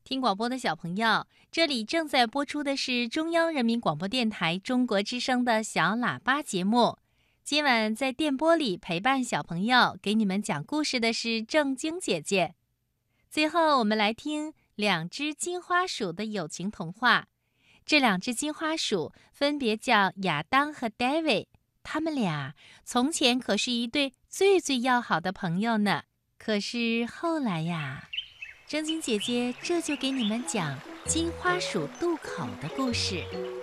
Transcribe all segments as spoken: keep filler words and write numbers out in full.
听广播的小朋友，这里正在播出的是中央人民广播电台中国之声的小喇叭节目。今晚在电波里陪伴小朋友，给你们讲故事的是正晶姐姐。最后，我们来听两只金花鼠的友情童话。这两只金花鼠分别叫亚当和 David， 他们俩从前可是一对最最要好的朋友呢。可是后来呀，正晶姐姐这就给你们讲金花鼠渡口的故事。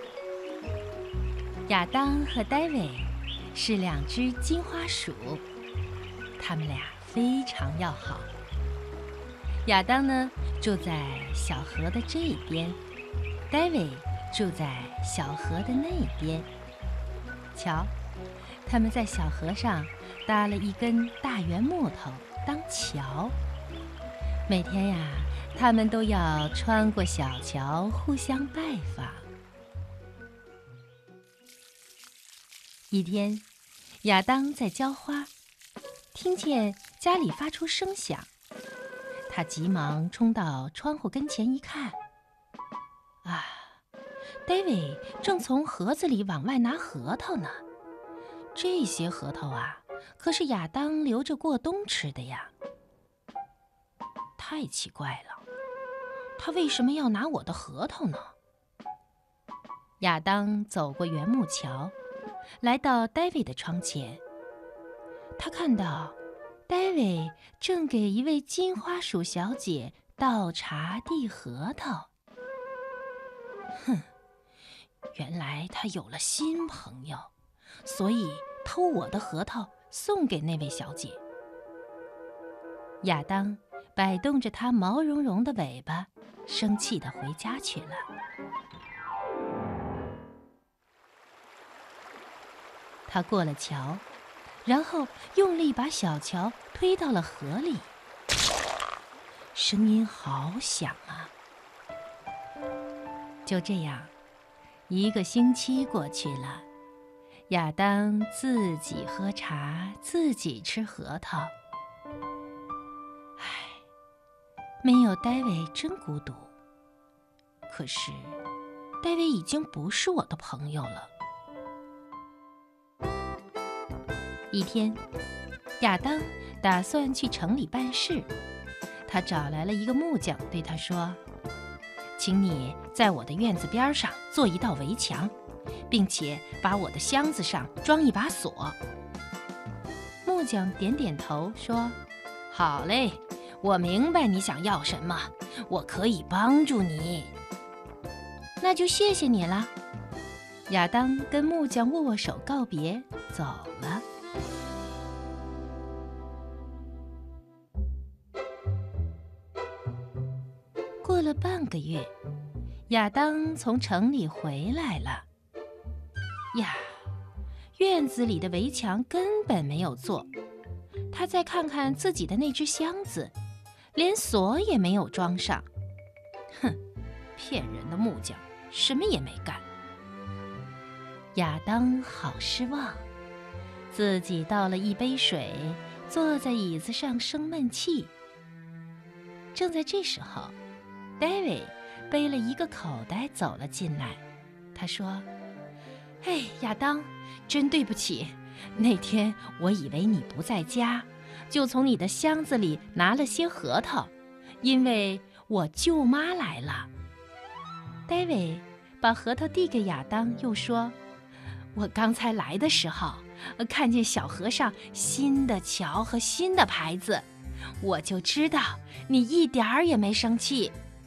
亚当和戴维是两只金花鼠，他们俩非常要好。亚当呢，住在小河的这一边，戴维住在小河的那边。瞧，他们在小河上搭了一根大圆木头当桥。每天呀，他们都要穿过小桥，互相拜访。一天，亚当在浇花，听见家里发出声响，他急忙冲到窗户跟前一看，啊，戴维正从盒子里往外拿核桃呢。这些核桃啊，可是亚当留着过冬吃的呀。太奇怪了，他为什么要拿我的核桃呢？亚当走过圆木桥，来到戴维的窗前。他看到戴维正给一位金花鼠小姐倒茶递核桃。哼，原来他有了新朋友，所以偷我的核桃送给那位小姐。亚当摆动着它毛茸茸的尾巴，生气地回家去了。他过了桥，然后用力把小桥推到了河里，声音好响啊！就这样，一个星期过去了，亚当自己喝茶，自己吃核桃。没有戴维真孤独。可是，戴维已经不是我的朋友了。一天，亚当打算去城里办事，他找来了一个木匠，对他说：“请你在我的院子边上做一道围墙，并且把我的箱子上装一把锁。”木匠点点头说：“好嘞。我明白你想要什么，我可以帮助你。”那就谢谢你了。亚当跟木匠握握手告别，走了。过了半个月，亚当从城里回来了。呀，院子里的围墙根本没有做。他再看看自己的那只箱子，连锁也没有装上。哼，骗人的木匠，什么也没干。亚当好失望，自己倒了一杯水，坐在椅子上生闷气。正在这时候，戴维背了一个口袋走了进来。他说：“嘿，亚当，真对不起，那天我以为你不在家，就从你的箱子里拿了些核桃，因为我舅妈来了。”戴维把核桃递给亚当，又说：“我刚才来的时候，看见小河上新的桥和新的牌子，我就知道你一点儿也没生气。”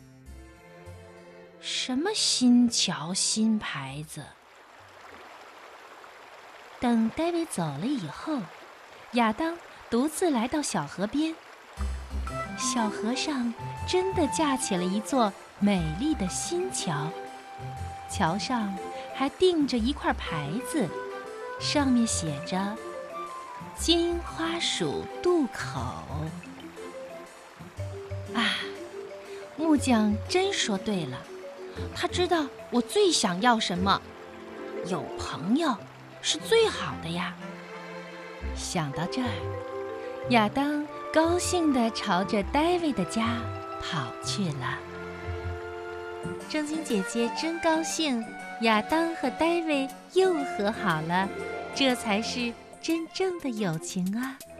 什么新桥新牌子？等戴维走了以后，亚当独自来到小河边。小河上真的架起了一座美丽的新桥，桥上还钉着一块牌子，上面写着“金花鼠渡口”。啊，木匠真说对了，他知道我最想要什么，有朋友是最好的呀。想到这儿，亚当高兴地朝着戴维的家跑去了。 正经姐姐真高兴，亚当和戴维又和好了，这才是真正的友情啊！